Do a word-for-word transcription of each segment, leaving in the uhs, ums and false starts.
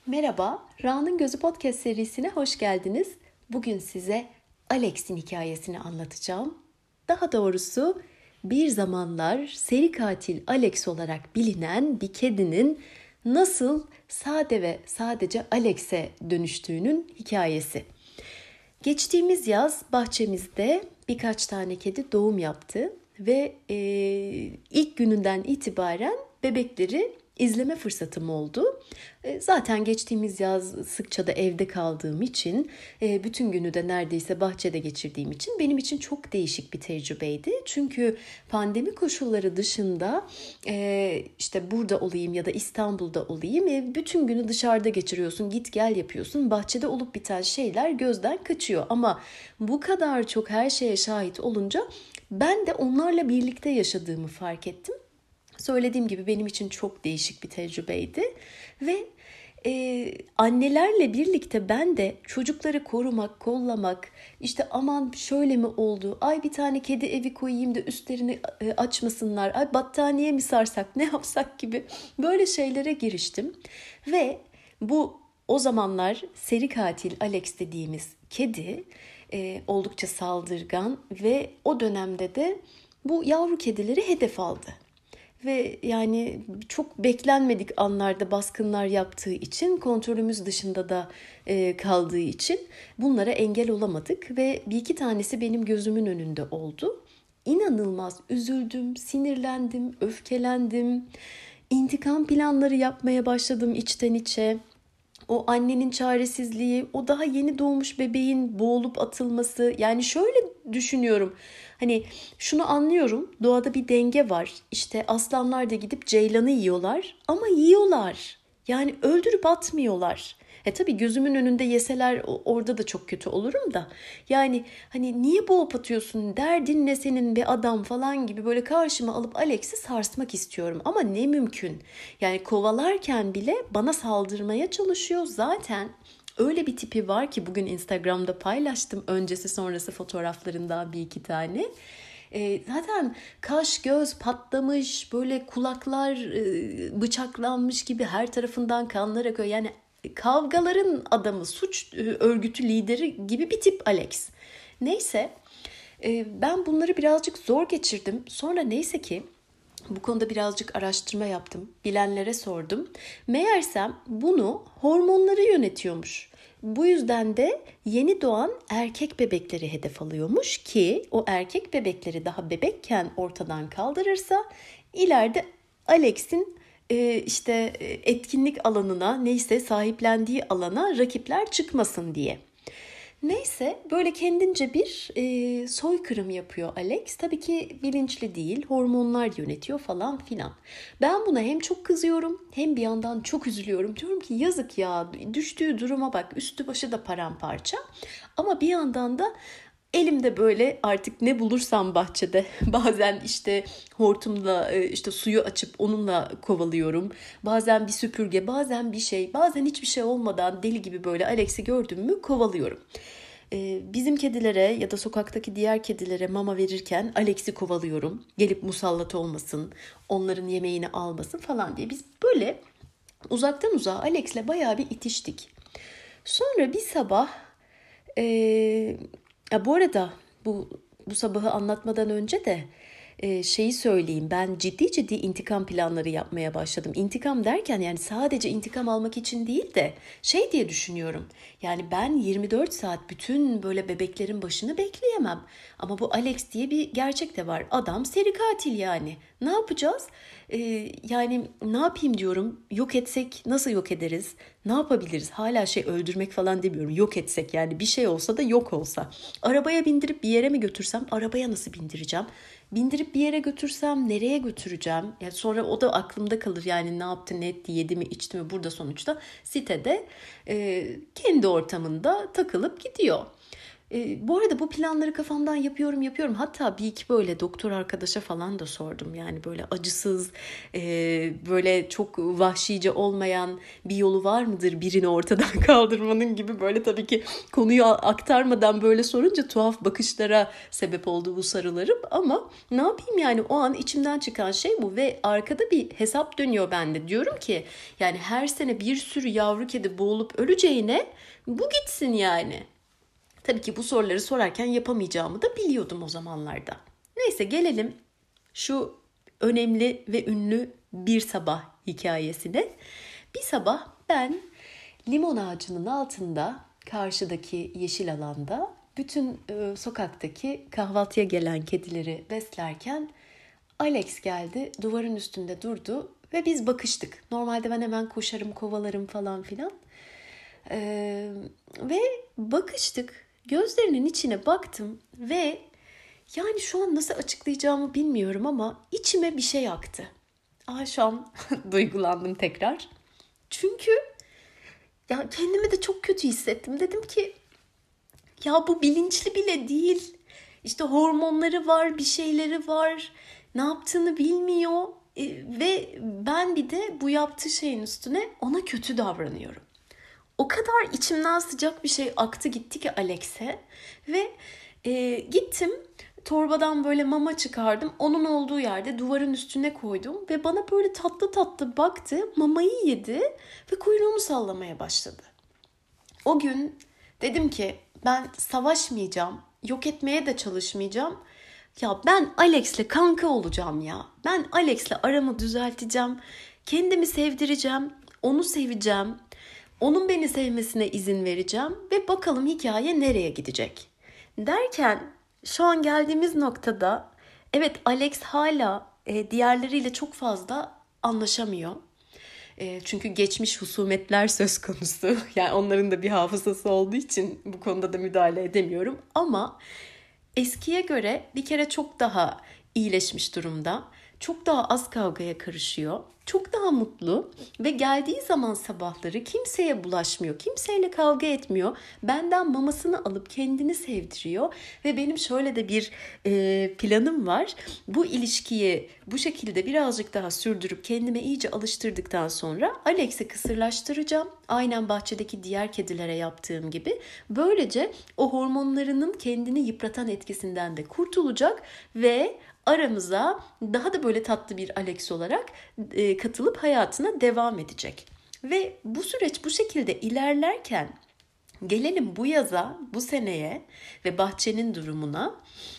Merhaba, Ra'nın Gözü Podcast serisine hoş geldiniz. Bugün size Alex'in hikayesini anlatacağım. Daha doğrusu bir zamanlar seri katil Alex olarak bilinen bir kedinin nasıl sade ve sadece Alex'e dönüştüğünün hikayesi. Geçtiğimiz yaz bahçemizde birkaç tane kedi doğum yaptı ve e, ilk gününden itibaren bebekleri izleme fırsatım oldu. E, zaten geçtiğimiz yaz sıkça da evde kaldığım için, e, bütün günü de neredeyse bahçede geçirdiğim için benim için çok değişik bir tecrübeydi. Çünkü pandemi koşulları dışında e, işte burada olayım ya da İstanbul'da olayım, e, bütün günü dışarıda geçiriyorsun, git gel yapıyorsun. Bahçede olup biten şeyler gözden kaçıyor. Ama bu kadar çok her şeye şahit olunca ben de onlarla birlikte yaşadığımı fark ettim. Söylediğim gibi benim için çok değişik bir tecrübeydi ve e, annelerle birlikte ben de çocukları korumak, kollamak, işte aman şöyle mi oldu, ay bir tane kedi evi koyayım da üstlerini e, açmasınlar, ay battaniye mi sarsak, ne yapsak gibi böyle şeylere giriştim. Ve bu o zamanlar seri katil Alex dediğimiz kedi e, oldukça saldırgan ve o dönemde de bu yavru kedileri hedef aldı. Ve yani çok beklenmedik anlarda baskınlar yaptığı için, kontrolümüz dışında da e, kaldığı için bunlara engel olamadık. Ve bir iki tanesi benim gözümün önünde oldu. İnanılmaz üzüldüm, sinirlendim, öfkelendim. İntikam planları yapmaya başladım içten içe. O annenin çaresizliği, o daha yeni doğmuş bebeğin boğulup atılması. Yani şöyle düşünüyorum. Hani şunu anlıyorum. Doğada bir denge var. İşte aslanlar da gidip ceylanı yiyorlar ama yiyorlar. Yani öldürüp atmıyorlar. E tabii gözümün önünde yeseler orada da çok kötü olurum da. Yani hani niye boğup atıyorsun, derdin ne senin be adam falan gibi böyle karşıma alıp Alex'i sarsmak istiyorum. Ama ne mümkün. Yani kovalarken bile bana saldırmaya çalışıyor. Zaten öyle bir tipi var ki bugün Instagram'da paylaştım öncesi sonrası fotoğraflarından bir iki tane. E, zaten kaş göz patlamış, böyle kulaklar e, bıçaklanmış gibi her tarafından kanlar akıyor. Yani kavgaların adamı, suç örgütü lideri gibi bir tip Alex. Neyse ben bunları birazcık zor geçirdim. Sonra neyse ki bu konuda birazcık araştırma yaptım. Bilenlere sordum. Meğersem bunu hormonları yönetiyormuş. Bu yüzden de yeni doğan erkek bebekleri hedef alıyormuş ki o erkek bebekleri daha bebekken ortadan kaldırırsa ileride Alex'in işte etkinlik alanına, neyse sahiplendiği alana rakipler çıkmasın diye. Neyse böyle kendince bir e, soykırım yapıyor Alex. Tabii ki bilinçli değil, hormonlar yönetiyor falan filan. Ben buna hem çok kızıyorum hem bir yandan çok üzülüyorum. Diyorum ki yazık ya, düştüğü duruma bak, üstü başı da paramparça. Ama bir yandan da elimde böyle artık ne bulursam bahçede, bazen işte hortumla işte suyu açıp onunla kovalıyorum. Bazen bir süpürge, bazen bir şey, bazen hiçbir şey olmadan deli gibi böyle Alex'i gördüm mü kovalıyorum. Bizim kedilere ya da sokaktaki diğer kedilere mama verirken Alex'i kovalıyorum. Gelip musallat olmasın, onların yemeğini almasın falan diye. Biz böyle uzaktan uzağa Alex'le bayağı bir itiştik. Sonra bir sabah... Ee, ya bu arada bu bu sabahı anlatmadan önce de e, şeyi söyleyeyim. Ben ciddi ciddi intikam planları yapmaya başladım. İntikam derken yani sadece intikam almak için değil de şey diye düşünüyorum. Yani ben yirmi dört saat bütün böyle bebeklerin başını bekleyemem. Ama bu Alex diye bir gerçek de var. Adam seri katil yani. Ne yapacağız? Ee, yani ne yapayım diyorum. Yok etsek nasıl yok ederiz? Ne yapabiliriz? Hala şey öldürmek falan demiyorum. Yok etsek yani bir şey olsa da yok olsa. Arabaya bindirip bir yere mi götürsem? Arabaya nasıl bindireceğim? Bindirip bir yere götürsem nereye götüreceğim? Yani sonra o da aklımda kalır. Yani ne yaptı, ne etti, yedi mi, içti mi? Burada sonuçta sitede e, kendi ortamında takılıp gidiyor. E, bu arada bu planları kafamdan yapıyorum yapıyorum. Hatta bir iki böyle doktor arkadaşa falan da sordum. Yani böyle acısız, e, böyle çok vahşice olmayan bir yolu var mıdır birini ortadan kaldırmanın gibi, böyle tabii ki konuyu aktarmadan böyle sorunca tuhaf bakışlara sebep oldu bu sarılarım. Ama ne yapayım yani, o an içimden çıkan şey bu ve arkada bir hesap dönüyor bende. Diyorum ki yani her sene bir sürü yavru kedi boğulup öleceğine bu gitsin yani. Tabii ki bu soruları sorarken yapamayacağımı da biliyordum o zamanlarda. Neyse, gelelim şu önemli ve ünlü bir sabah hikayesine. Bir sabah ben limon ağacının altında, karşıdaki yeşil alanda, bütün e, sokaktaki kahvaltıya gelen kedileri beslerken Alex geldi, duvarın üstünde durdu ve biz bakıştık. Normalde ben hemen koşarım, kovalarım falan filan. Ee, ve bakıştık. Gözlerinin içine baktım ve yani şu an nasıl açıklayacağımı bilmiyorum ama içime bir şey aktı. Aa, şu an duygulandım tekrar. Çünkü ya kendimi de çok kötü hissettim. Dedim ki ya bu bilinçli bile değil. İşte hormonları var, bir şeyleri var. Ne yaptığını bilmiyor. E, ve ben bir de bu yaptığı şeyin üstüne ona kötü davranıyorum. O kadar içimden sıcak bir şey aktı gitti ki Alex'e ve e, gittim torbadan böyle mama çıkardım. Onun olduğu yerde duvarın üstüne koydum ve bana böyle tatlı tatlı baktı, mamayı yedi ve kuyruğunu sallamaya başladı. O gün dedim ki ben savaşmayacağım, yok etmeye de çalışmayacağım. Ya ben Alex'le kanka olacağım ya. Ben Alex'le aramı düzelteceğim, kendimi sevdireceğim, onu seveceğim. Onun beni sevmesine izin vereceğim ve bakalım hikaye nereye gidecek. Derken şu an geldiğimiz noktada evet, Alex hala e, diğerleriyle çok fazla anlaşamıyor. E, çünkü geçmiş husumetler söz konusu. Yani onların da bir hafızası olduğu için bu konuda da müdahale edemiyorum. Ama eskiye göre bir kere çok daha iyileşmiş durumda. Çok daha az kavgaya karışıyor. Çok daha mutlu ve geldiği zaman sabahları kimseye bulaşmıyor. Kimseyle kavga etmiyor. Benden mamasını alıp kendini sevdiriyor. Ve benim şöyle de bir e, planım var. Bu ilişkiyi bu şekilde birazcık daha sürdürüp kendime iyice alıştırdıktan sonra Alex'i kısırlaştıracağım. Aynen bahçedeki diğer kedilere yaptığım gibi. Böylece o hormonlarının kendini yıpratan etkisinden de kurtulacak ve aramıza daha da böyle tatlı bir Alex olarak e, katılıp hayatına devam edecek. Ve bu süreç bu şekilde ilerlerken gelelim bu yaza, bu seneye ve bahçenin durumuna.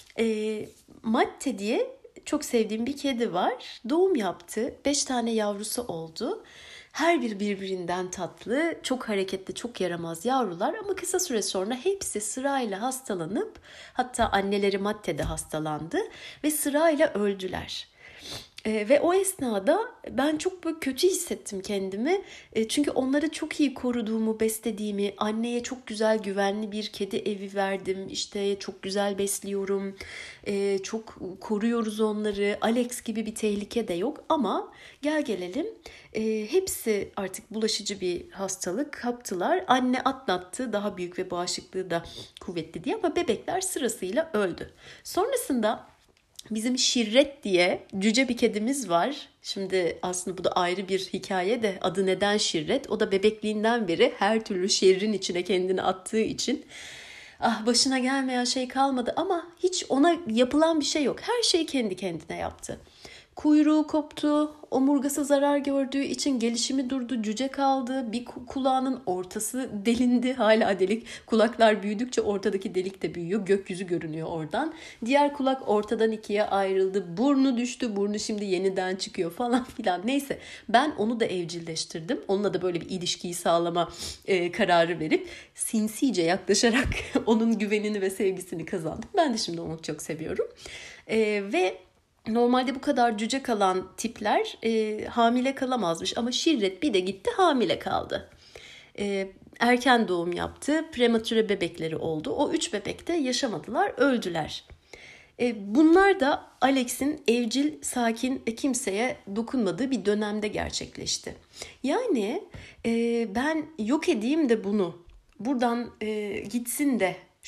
E, Matte diye çok sevdiğim bir kedi var. Doğum yaptı. Beş tane yavrusu oldu. Her bir birbirinden tatlı, çok hareketli, çok yaramaz yavrular ama kısa süre sonra hepsi sırayla hastalanıp, hatta anneleri Matte de hastalandı ve sırayla öldüler. E, ve o esnada ben çok böyle kötü hissettim kendimi. E, çünkü onları çok iyi koruduğumu, beslediğimi, anneye çok güzel güvenli bir kedi evi verdim. İşte çok güzel besliyorum, e, çok koruyoruz onları. Alex gibi bir tehlike de yok ama gel gelelim e, hepsi artık bulaşıcı bir hastalık kaptılar. Anne atlattı, daha büyük ve bağışıklığı da kuvvetli diye, ama bebekler sırasıyla öldü. Sonrasında bizim Şirret diye cüce bir kedimiz var. Şimdi aslında bu da ayrı bir hikaye de, adı neden Şirret? O da bebekliğinden beri her türlü şerrin içine kendini attığı için ah, başına gelmeyen şey kalmadı ama hiç ona yapılan bir şey yok. Her şeyi kendi kendine yaptı. Kuyruğu koptu, omurgası zarar gördüğü için gelişimi durdu, cüce kaldı. Bir kulağının ortası delindi, hala delik. Kulaklar büyüdükçe ortadaki delik de büyüyor, gökyüzü görünüyor oradan. Diğer kulak ortadan ikiye ayrıldı, burnu düştü, burnu şimdi yeniden çıkıyor falan filan. Neyse, ben onu da evcilleştirdim. Onunla da böyle bir ilişkiyi sağlama e, kararı verip sinsice yaklaşarak onun güvenini ve sevgisini kazandım. Ben de şimdi onu çok seviyorum. E, ve normalde bu kadar cüce kalan tipler e, hamile kalamazmış ama Şirret bir de gitti hamile kaldı. E, erken doğum yaptı, prematüre bebekleri oldu. O üç bebek de yaşamadılar, öldüler. E, bunlar da Alex'in evcil, sakin ve kimseye dokunmadığı bir dönemde gerçekleşti. Yani e, ben yok edeyim de bunu, buradan e, gitsin de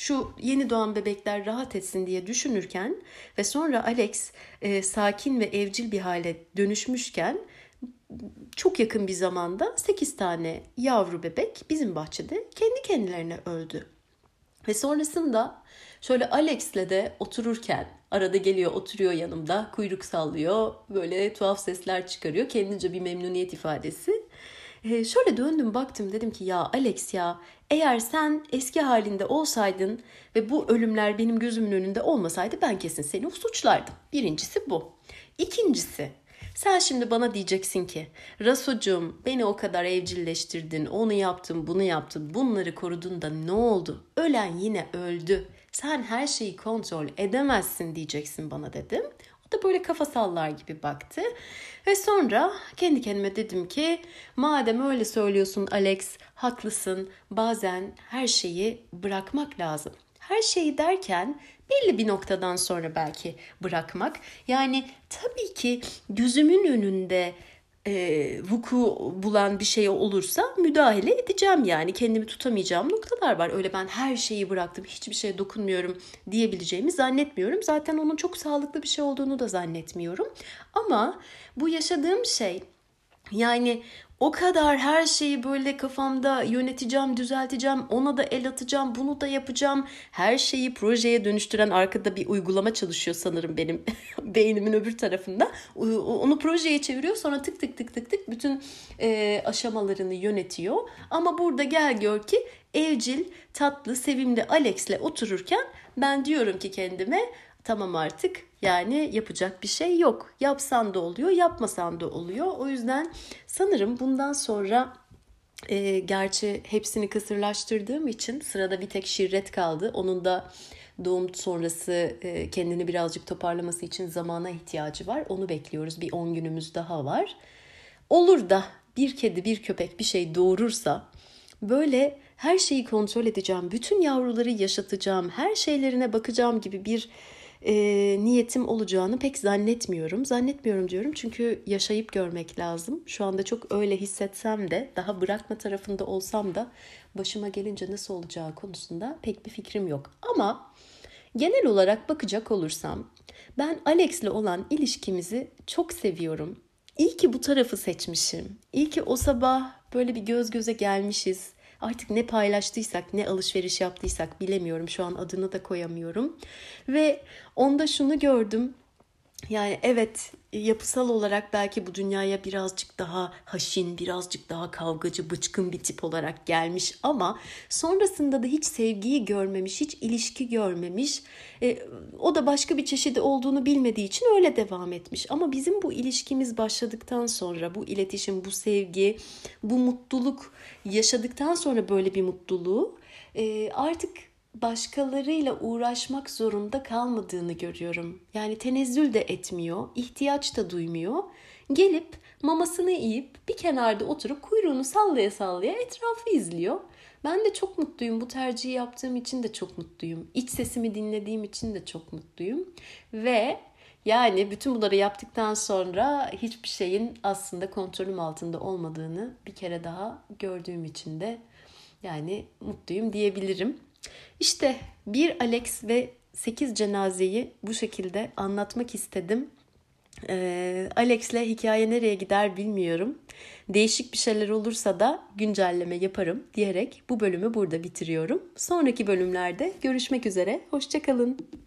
şu yeni doğan bebekler rahat etsin diye düşünürken ve sonra Alex e, sakin ve evcil bir hale dönüşmüşken çok yakın bir zamanda sekiz tane yavru bebek bizim bahçede kendi kendilerine öldü. Ve sonrasında şöyle Alex'le de otururken arada geliyor oturuyor yanımda, kuyruk sallıyor, böyle tuhaf sesler çıkarıyor, kendince bir memnuniyet ifadesi. Ee, şöyle döndüm baktım, dedim ki ya Alex, ya eğer sen eski halinde olsaydın ve bu ölümler benim gözümün önünde olmasaydı ben kesin seni suçlardım. Birincisi bu. İkincisi, sen şimdi bana diyeceksin ki Rasocuğum, beni o kadar evcilleştirdin, onu yaptın, bunu yaptın, bunları korudun da ne oldu? Ölen yine öldü. Sen her şeyi kontrol edemezsin diyeceksin bana, dedim. O da böyle kafa sallar gibi baktı. Ve sonra kendi kendime dedim ki madem öyle söylüyorsun Alex, haklısın. Bazen her şeyi bırakmak lazım. Her şeyi derken belli bir noktadan sonra belki bırakmak. Yani tabii ki gözümün önünde e, vuku bulan bir şey olursa müdahale edeceğim, yani kendimi tutamayacağım noktalar var. Öyle ben her şeyi bıraktım, hiçbir şeye dokunmuyorum diyebileceğimi zannetmiyorum. Zaten onun çok sağlıklı bir şey olduğunu da zannetmiyorum. Ama bu yaşadığım şey, yani o kadar her şeyi böyle kafamda yöneteceğim, düzelteceğim, ona da el atacağım, bunu da yapacağım. Her şeyi projeye dönüştüren arkada bir uygulama çalışıyor sanırım benim beynimin öbür tarafında. Onu projeye çeviriyor, sonra tık tık tık tık tık bütün e, aşamalarını yönetiyor. Ama burada gel gör ki evcil, tatlı, sevimli Alex'le otururken ben diyorum ki kendime tamam artık, yani yapacak bir şey yok. Yapsan da oluyor, yapmasan da oluyor. O yüzden sanırım bundan sonra e, gerçi hepsini kısırlaştırdığım için sırada bir tek Şirret kaldı. Onun da doğum sonrası e, kendini birazcık toparlaması için zamana ihtiyacı var. Onu bekliyoruz. Bir on günümüz daha var. Olur da bir kedi, bir köpek bir şey doğurursa böyle her şeyi kontrol edeceğim, bütün yavruları yaşatacağım, her şeylerine bakacağım gibi bir e, niyetim olacağını pek zannetmiyorum. Zannetmiyorum diyorum çünkü yaşayıp görmek lazım. Şu anda çok öyle hissetsem de, daha bırakma tarafında olsam da başıma gelince nasıl olacağı konusunda pek bir fikrim yok. Ama genel olarak bakacak olursam ben Alex'le olan ilişkimizi çok seviyorum. İyi ki bu tarafı seçmişim. İyi ki o sabah böyle bir göz göze gelmişiz. Artık ne paylaştıysak, ne alışveriş yaptıysak bilemiyorum. Şu an adını da koyamıyorum. Ve onda şunu gördüm. Yani evet, yapısal olarak belki bu dünyaya birazcık daha haşin, birazcık daha kavgacı, bıçkın bir tip olarak gelmiş ama sonrasında da hiç sevgiyi görmemiş, hiç ilişki görmemiş. E, o da başka bir çeşidi olduğunu bilmediği için öyle devam etmiş. Ama bizim bu ilişkimiz başladıktan sonra, bu iletişim, bu sevgi, bu mutluluk yaşadıktan sonra böyle bir mutluluğu e, artık başkalarıyla uğraşmak zorunda kalmadığını görüyorum. Yani tenezzül de etmiyor, ihtiyaç da duymuyor. Gelip mamasını yiyip bir kenarda oturup kuyruğunu sallaya sallaya etrafı izliyor. Ben de çok mutluyum. Bu tercihi yaptığım için de çok mutluyum. İç sesimi dinlediğim için de çok mutluyum. Ve yani bütün bunları yaptıktan sonra hiçbir şeyin aslında kontrolüm altında olmadığını bir kere daha gördüğüm için de yani mutluyum diyebilirim. İşte bir Alex ve sekiz cenazeyi bu şekilde anlatmak istedim. Ee, Alex'le hikaye nereye gider bilmiyorum. Değişik bir şeyler olursa da güncelleme yaparım diyerek bu bölümü burada bitiriyorum. Sonraki bölümlerde görüşmek üzere. Hoşça kalın.